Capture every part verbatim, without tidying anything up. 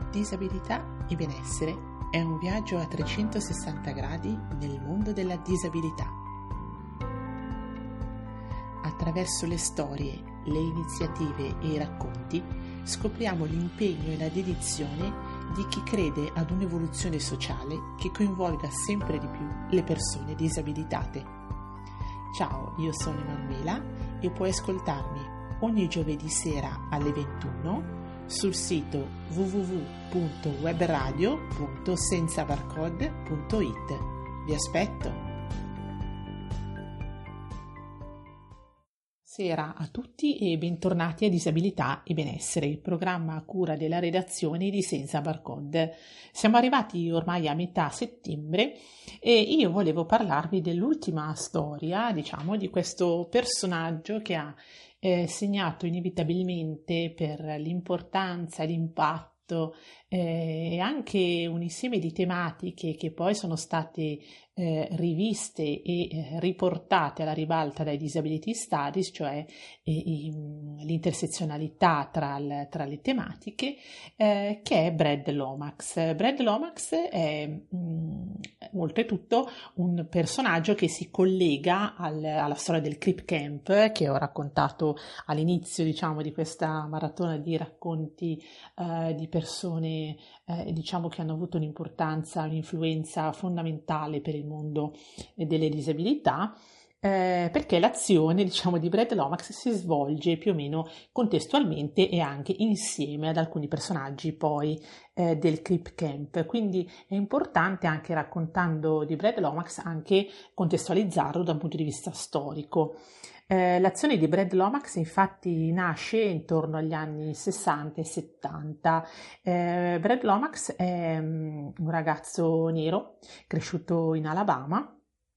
Disabilità e benessere è un viaggio a trecentosessanta gradi nel mondo della disabilità. Attraverso le storie, le iniziative e i racconti scopriamo l'impegno e la dedizione di chi crede ad un'evoluzione sociale che coinvolga sempre di più le persone disabilitate. Ciao, io sono Emanuela e puoi ascoltarmi ogni giovedì sera alle ventuno sul sito w w w punto webradio punto senzabarcode punto it. Vi aspetto! Buonasera a tutti e bentornati a Disabilità e Benessere, il programma a cura della redazione di Senza Barcode. Siamo arrivati ormai a metà settembre e io volevo parlarvi dell'ultima storia, diciamo, di questo personaggio che ha eh, segnato inevitabilmente per l'importanza e l'impatto eh, e anche un insieme di tematiche che poi sono state Eh, riviste e eh, riportate alla ribalta dai Disability Studies, cioè eh, i, l'intersezionalità tra, il, tra le tematiche, eh, che è Brad Lomax. Brad Lomax è mh, oltretutto un personaggio che si collega al, alla storia del Crip Camp, che ho raccontato all'inizio, diciamo, di questa maratona di racconti eh, di persone eh, diciamo che hanno avuto un'importanza, un'influenza fondamentale per il mondo delle disabilità, eh, perché l'azione, diciamo, di Brad Lomax si svolge più o meno contestualmente e anche insieme ad alcuni personaggi poi eh, del Crip Camp. Quindi è importante, anche raccontando di Brad Lomax, anche contestualizzarlo da un punto di vista storico. Eh, l'azione di Brad Lomax infatti nasce intorno agli anni sessanta e settanta. Eh, Brad Lomax è um, un ragazzo nero cresciuto in Alabama,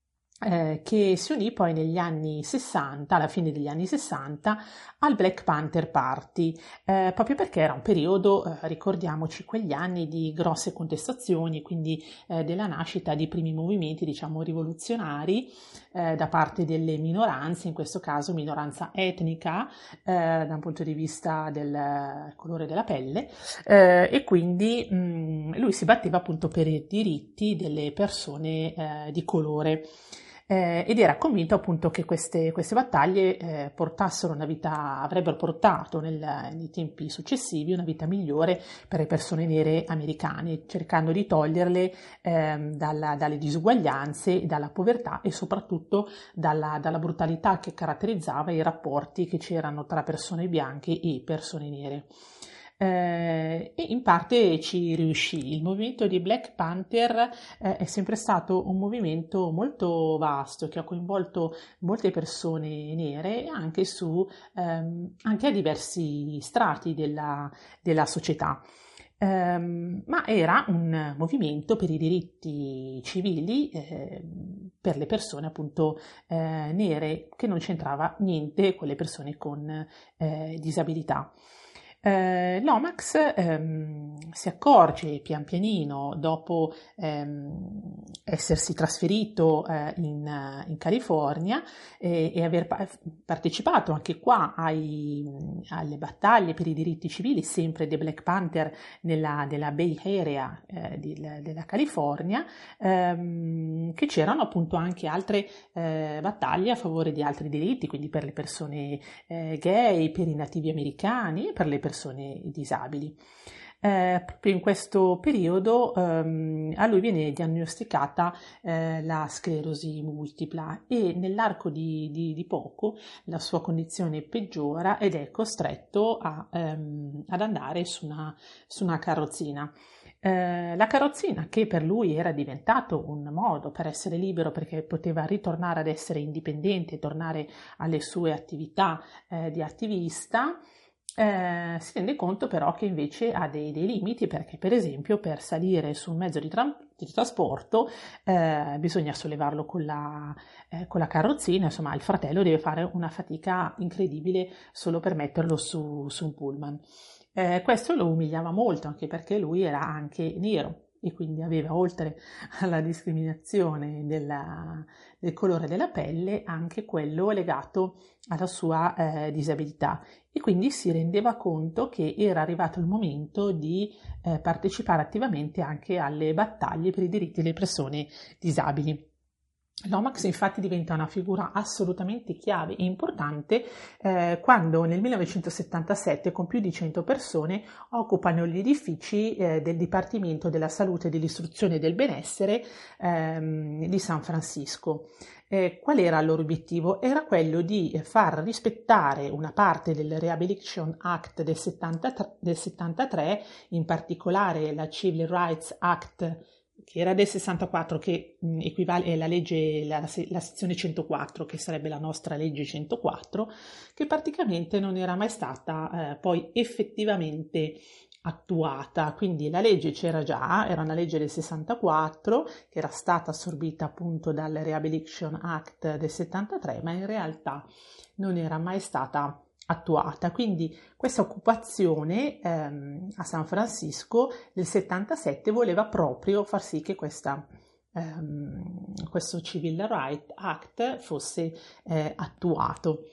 Eh, che si unì poi negli anni sessanta, alla fine degli anni sessanta, al Black Panther Party, eh, proprio perché era un periodo, eh, ricordiamoci, quegli anni di grosse contestazioni, quindi eh, della nascita di primi movimenti, diciamo, rivoluzionari eh, da parte delle minoranze, in questo caso minoranza etnica, eh, da un punto di vista del colore della pelle, eh, e quindi mh, lui si batteva appunto per i diritti delle persone eh, di colore. Eh, ed era convinto appunto che queste, queste battaglie eh, portassero una vita, avrebbero portato nel, nei tempi successivi una vita migliore per le persone nere americane, cercando di toglierle eh, dalla, dalle disuguaglianze, dalla povertà e soprattutto dalla, dalla brutalità che caratterizzava i rapporti che c'erano tra persone bianche e persone nere. Eh, e in parte ci riuscì. Il movimento di Black Panther eh, è sempre stato un movimento molto vasto che ha coinvolto molte persone nere anche, su, ehm, anche a diversi strati della, della società. Um, ma era un movimento per i diritti civili eh, per le persone appunto eh, nere, che non c'entrava niente con le persone con eh, disabilità. Eh, Lomax ehm, si accorge pian pianino, dopo ehm, essersi trasferito eh, in, in California e, e aver pa- partecipato anche qua ai, alle battaglie per i diritti civili, sempre dei Black Panther nella, nella Bay Area eh, di, della California, ehm, che c'erano appunto anche altre eh, battaglie a favore di altri diritti, quindi per le persone eh, gay, per i nativi americani e per le persone persone disabili. Eh, proprio in questo periodo ehm, a lui viene diagnosticata eh, la sclerosi multipla e nell'arco di, di, di poco la sua condizione peggiora ed è costretto a, ehm, ad andare su una, su una carrozzina. Eh, la carrozzina, che per lui era diventato un modo per essere libero, perché poteva ritornare ad essere indipendente, tornare alle sue attività eh, di attivista, Eh, si rende conto però che invece ha dei, dei limiti, perché per esempio per salire su un mezzo di, tra- di trasporto eh, bisogna sollevarlo con la, eh, con la carrozzina, insomma il fratello deve fare una fatica incredibile solo per metterlo su, su un pullman. Eh, questo lo umiliava molto, anche perché lui era anche nero. e quindi aveva, oltre alla discriminazione della, del colore della pelle, anche quello legato alla sua eh, disabilità, e quindi si rendeva conto che era arrivato il momento di eh, partecipare attivamente anche alle battaglie per i diritti delle persone disabili. Lomax infatti diventa una figura assolutamente chiave e importante eh, quando nel millenovecentosettantasette con più di cento persone occupano gli edifici eh, del Dipartimento della Salute, dell'Istruzione e del Benessere ehm, di San Francisco. Eh, qual era il loro obiettivo? Era quello di far rispettare una parte del Rehabilitation Act del settantatré, del settantatré, in particolare la Civil Rights Act, che era del sessantaquattro, che mh, equivale alla legge, la, la sezione centoquattro, che sarebbe la nostra legge centoquattro, che praticamente non era mai stata eh, poi effettivamente attuata. Quindi la legge c'era già, era una legge del sessantaquattro che era stata assorbita appunto dal Rehabilitation Act del settantatré, ma in realtà non era mai stata attuata. Quindi questa occupazione ehm, a San Francisco del settantasette voleva proprio far sì che questa, ehm, questo Civil Rights Act fosse eh, attuato.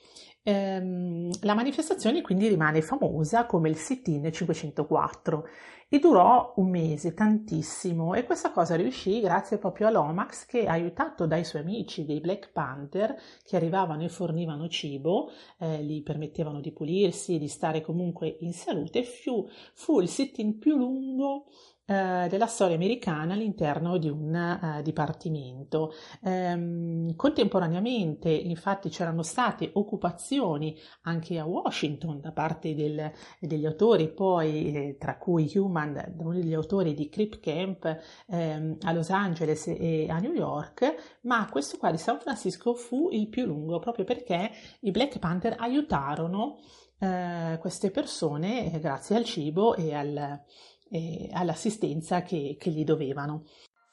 Ehm, la manifestazione quindi rimane famosa come il sit-in cinquecentoquattro e durò un mese, tantissimo, e questa cosa riuscì grazie proprio a Lomax, che, aiutato dai suoi amici dei Black Panther, che arrivavano e fornivano cibo, eh, gli permettevano di pulirsi e di stare comunque in salute. Fu, fu il sit-in più lungo eh, della storia americana all'interno di un eh, dipartimento. Ehm, contemporaneamente infatti c'erano state occupazioni anche a Washington da parte del, degli autori, poi eh, tra cui Human, uno degli autori di Crip Camp, ehm, a Los Angeles e a New York, ma questo qua di San Francisco fu il più lungo proprio perché i Black Panther aiutarono eh, queste persone eh, grazie al cibo e al e all'assistenza che, che gli dovevano.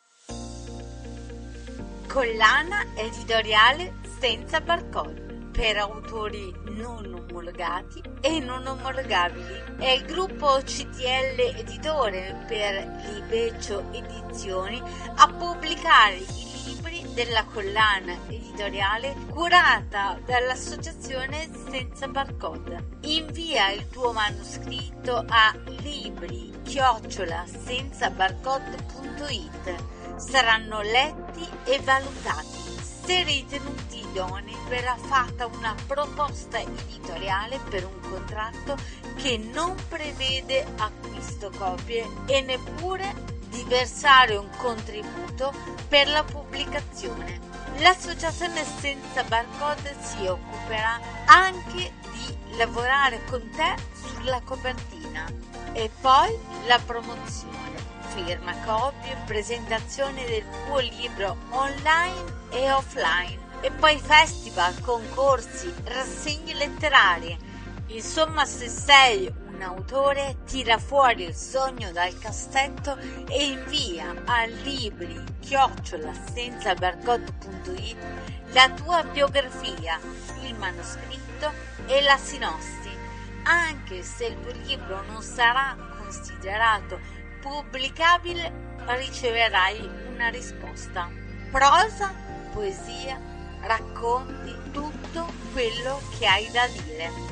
Collana editoriale senza barcode per autori non omologati e non omologabili. È il gruppo C T L Editore per Libeccio Edizioni a pubblicare i libri della collana editoriale curata dall'associazione Senza Barcode. Invia il tuo manoscritto a libri chiocciola senza barcode punto it. Saranno letti e valutati. Se ritenuti idonei verrà fatta una proposta editoriale per un contratto che non prevede acquisto copie e neppure di versare un contributo per la pubblicazione. L'associazione Senza Barcode si occuperà anche di lavorare con te sulla copertina. E poi la promozione, firma copie, presentazione del tuo libro online e offline, e poi festival, concorsi, rassegne letterarie. Insomma, se sei un autore, tira fuori il sogno dal cassetto e invia a libri chiocciola senza barcode punto it la tua biografia, il manoscritto e la sinossi. Anche se il tuo libro non sarà considerato pubblicabile, riceverai una risposta. Prosa, poesia, racconti, tutto quello che hai da dire.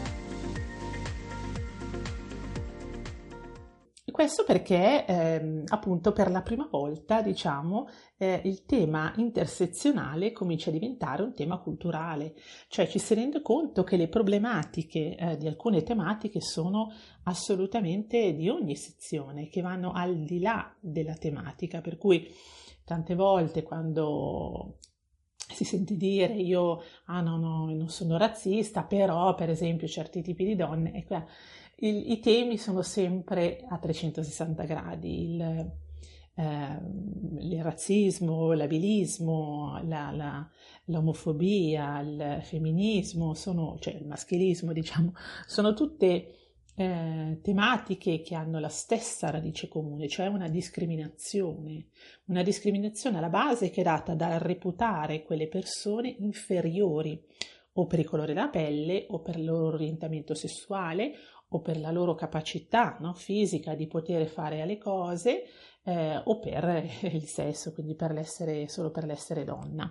Questo perché ehm, appunto per la prima volta, diciamo, eh, il tema intersezionale comincia a diventare un tema culturale, cioè ci si rende conto che le problematiche eh, di alcune tematiche sono assolutamente di ogni sezione, che vanno al di là della tematica, per cui tante volte quando si sente dire io ah no, no, non sono razzista, però per esempio certi tipi di donne, ecco, il, i temi sono sempre a trecentosessanta gradi, il, eh, il razzismo, l'abilismo, la, la, l'omofobia, il femminismo, sono, cioè il maschilismo, diciamo, sono tutte Eh, tematiche che hanno la stessa radice comune, cioè una discriminazione, una discriminazione alla base che è data dal reputare quelle persone inferiori o per il colore della pelle o per il loro orientamento sessuale o per la loro capacità, no, fisica di poter fare le cose, eh, o per il sesso, quindi per l'essere, solo per l'essere donna.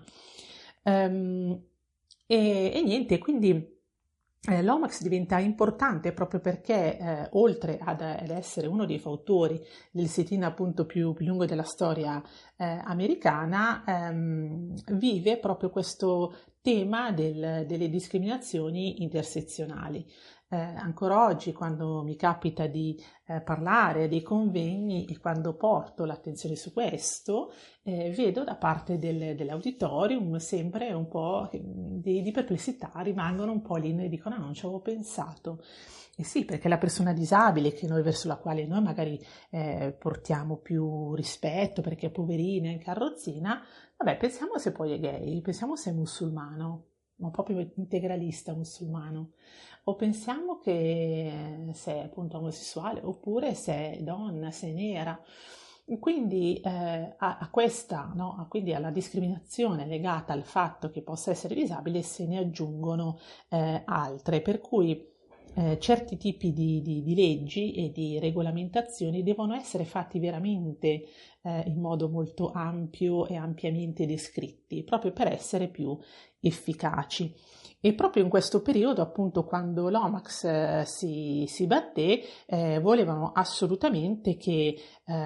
Um, e, e niente, quindi Eh, l'O M A X diventa importante proprio perché, eh, oltre ad, ad essere uno dei fautori del sit-in appunto più, più lungo della storia eh, americana, ehm, vive proprio questo tema del, delle discriminazioni intersezionali. Eh, ancora oggi, quando mi capita di eh, parlare a dei convegni e quando porto l'attenzione su questo, eh, vedo da parte del, dell'auditorium sempre un po' di, di perplessità, rimangono un po' lì e dicono: no, non ci avevo pensato. E sì, perché la persona disabile che noi, verso la quale noi magari eh, portiamo più rispetto perché è poverina in carrozzina, vabbè, pensiamo se poi è gay, pensiamo se è musulmano, ma proprio integralista musulmano, o pensiamo che se è appunto omosessuale, oppure se è donna, se è nera. Quindi eh, a, a questa, no, a, quindi alla discriminazione legata al fatto che possa essere disabile se ne aggiungono eh, altre, per cui eh, certi tipi di, di, di leggi e di regolamentazioni devono essere fatti veramente eh, in modo molto ampio e ampiamente descritti, proprio per essere più efficaci. E proprio in questo periodo, appunto, quando l'O M A X eh, si, si batté, eh, volevano assolutamente che,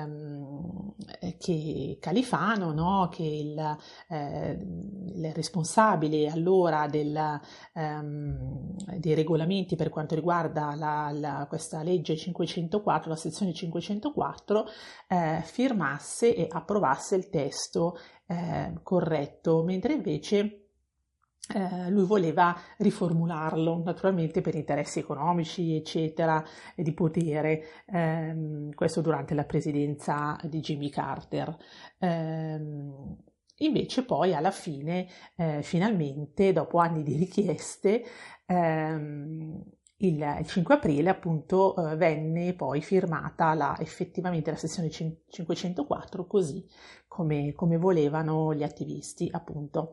ehm, che Califano, no, che il, eh, il responsabile allora del, ehm, dei regolamenti per quanto riguarda la, la, questa legge cinquecentoquattro, la sezione cinquecentoquattro, eh, firmasse e approvasse il testo eh, corretto, mentre invece Eh, lui voleva riformularlo, naturalmente per interessi economici, eccetera, e di potere, ehm, questo durante la presidenza di Jimmy Carter. Ehm, invece poi alla fine, eh, finalmente, dopo anni di richieste, ehm, il, il cinque aprile appunto eh, venne poi firmata la, effettivamente la sezione cinquecentoquattro così come, come volevano gli attivisti appunto.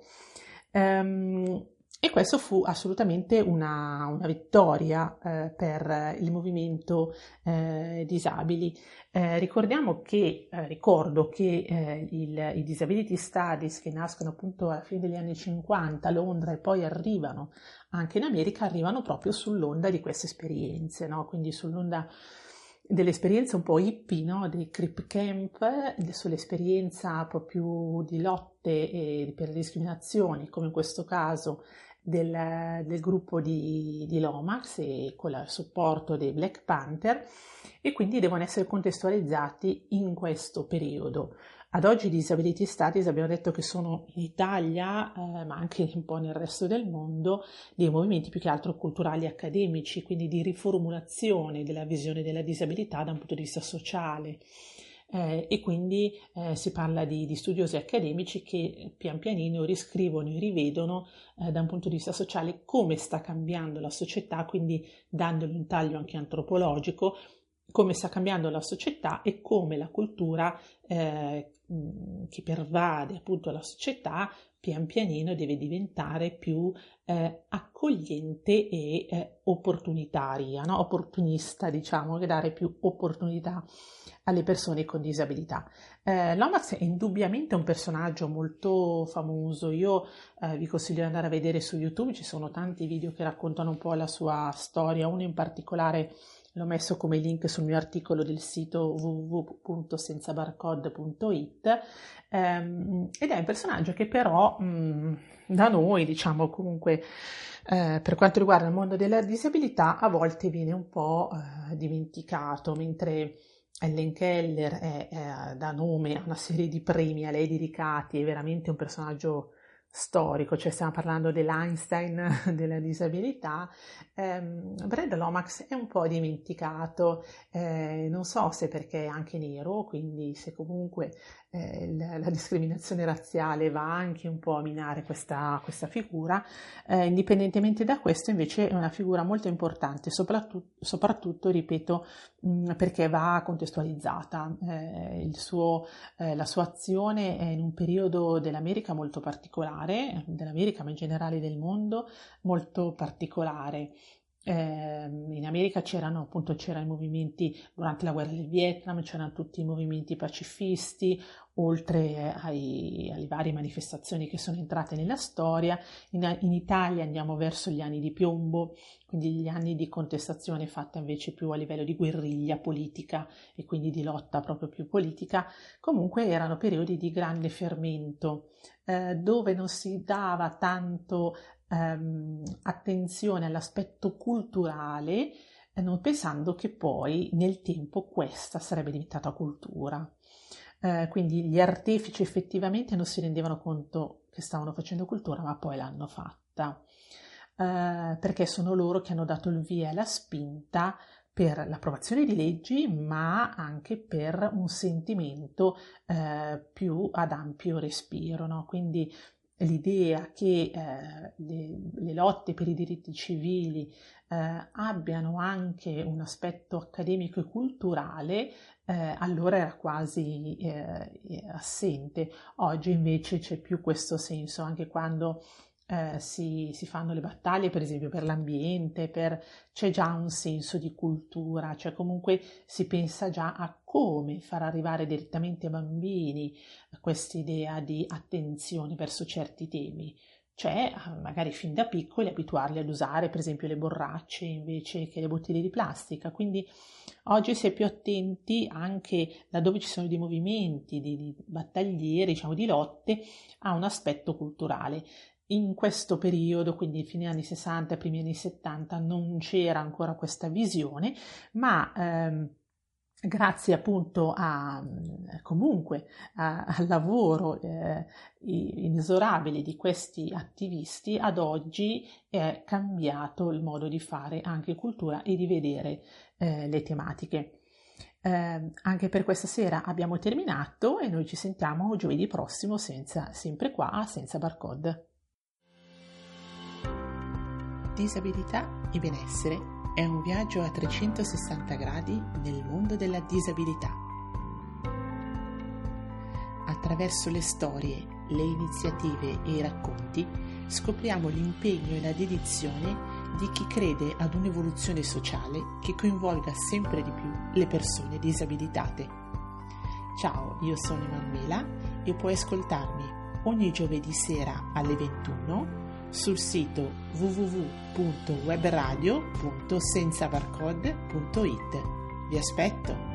Um, e questo fu assolutamente una, una vittoria eh, per il movimento eh, disabili. Eh, ricordiamo che, eh, ricordo che eh, il, i Disability Studies, che nascono appunto alla fine degli anni cinquanta a Londra e poi arrivano anche in America, arrivano proprio sull'onda di queste esperienze, no? Quindi sull'onda dell'esperienza un po' hippie, no? Dei Crip Camp, sull'esperienza proprio di lotte e per discriminazioni, come in questo caso del, del gruppo di, di Lomax e con il supporto dei Black Panther, e quindi devono essere contestualizzati in questo periodo. Ad oggi i Disability Studies abbiamo detto che sono in Italia, eh, ma anche un po' nel resto del mondo, dei movimenti più che altro culturali e accademici, quindi di riformulazione della visione della disabilità da un punto di vista sociale. Eh, e quindi eh, si parla di, di studiosi accademici che pian pianino riscrivono e rivedono eh, da un punto di vista sociale come sta cambiando la società, quindi dandogli un taglio anche antropologico, come sta cambiando la società e come la cultura eh, che pervade appunto la società pian pianino deve diventare più eh, accogliente e eh, opportunitaria, no? Opportunista, diciamo, che dare più opportunità alle persone con disabilità. Eh, Lomax è indubbiamente un personaggio molto famoso. Io eh, vi consiglio di andare a vedere su YouTube, ci sono tanti video che raccontano un po' la sua storia, uno in particolare l'ho messo come link sul mio articolo del sito w w w punto senza barcode punto it, ehm, ed è un personaggio che però mh, da noi, diciamo comunque, eh, per quanto riguarda il mondo della disabilità, a volte viene un po' eh, dimenticato, mentre Helen Keller è, è, dà nome a una serie di premi a lei dedicati, è veramente un personaggio storico, cioè stiamo parlando dell'Einstein della disabilità. ehm, Brad Lomax è un po' dimenticato, eh, non so se perché è anche nero, quindi se comunque eh, la, la discriminazione razziale va anche un po' a minare questa, questa figura. Eh, indipendentemente da questo, invece, è una figura molto importante, soprattutto, soprattutto ripeto, mh, perché va contestualizzata. Eh, il suo, eh, la sua azione è in un periodo dell'America molto particolare, dell'America ma in generale del mondo molto particolare. Eh, in America c'erano appunto c'erano i movimenti durante la guerra del Vietnam, c'erano tutti i movimenti pacifisti, oltre ai, alle varie manifestazioni che sono entrate nella storia. In, in Italia andiamo verso gli anni di piombo, quindi gli anni di contestazione fatta invece più a livello di guerriglia politica e quindi di lotta proprio più politica. Comunque erano periodi di grande fermento, eh, dove non si dava tanto ehm, attenzione all'aspetto culturale, eh, non pensando che poi nel tempo questa sarebbe diventata cultura. Eh, quindi gli artefici effettivamente non si rendevano conto che stavano facendo cultura, ma poi l'hanno fatta, eh, perché sono loro che hanno dato il via e la spinta per l'approvazione di leggi, ma anche per un sentimento eh, più ad ampio respiro, no? Quindi l'idea che eh, le, le lotte per i diritti civili eh, abbiano anche un aspetto accademico e culturale, eh, allora era quasi eh, assente. Oggi invece c'è più questo senso, anche quando eh, si, si fanno le battaglie, per esempio per l'ambiente, per, c'è già un senso di cultura, cioè comunque si pensa già a come far arrivare direttamente ai bambini questa idea di attenzione verso certi temi, cioè magari fin da piccoli abituarli ad usare per esempio le borracce invece che le bottiglie di plastica. Quindi oggi si è più attenti anche laddove ci sono dei movimenti di, di battaglieri, diciamo di lotte, a un aspetto culturale. In questo periodo, quindi fine anni sessanta, primi anni settanta, non c'era ancora questa visione, ma ehm, grazie appunto a, comunque a, al lavoro eh, inesorabile di questi attivisti, ad oggi è cambiato il modo di fare anche cultura e di vedere eh, le tematiche. Eh, anche per questa sera abbiamo terminato e noi ci sentiamo giovedì prossimo, senza, sempre qua, senza barcode. Disabilità e benessere è un viaggio a trecentosessanta gradi nel mondo della disabilità. Attraverso le storie, le iniziative e i racconti scopriamo l'impegno e la dedizione di chi crede ad un'evoluzione sociale che coinvolga sempre di più le persone disabilitate. Ciao, io sono Emanuela e puoi ascoltarmi ogni giovedì sera alle ventuno sul sito w w w punto webradio punto senza barcode punto it. Vi aspetto!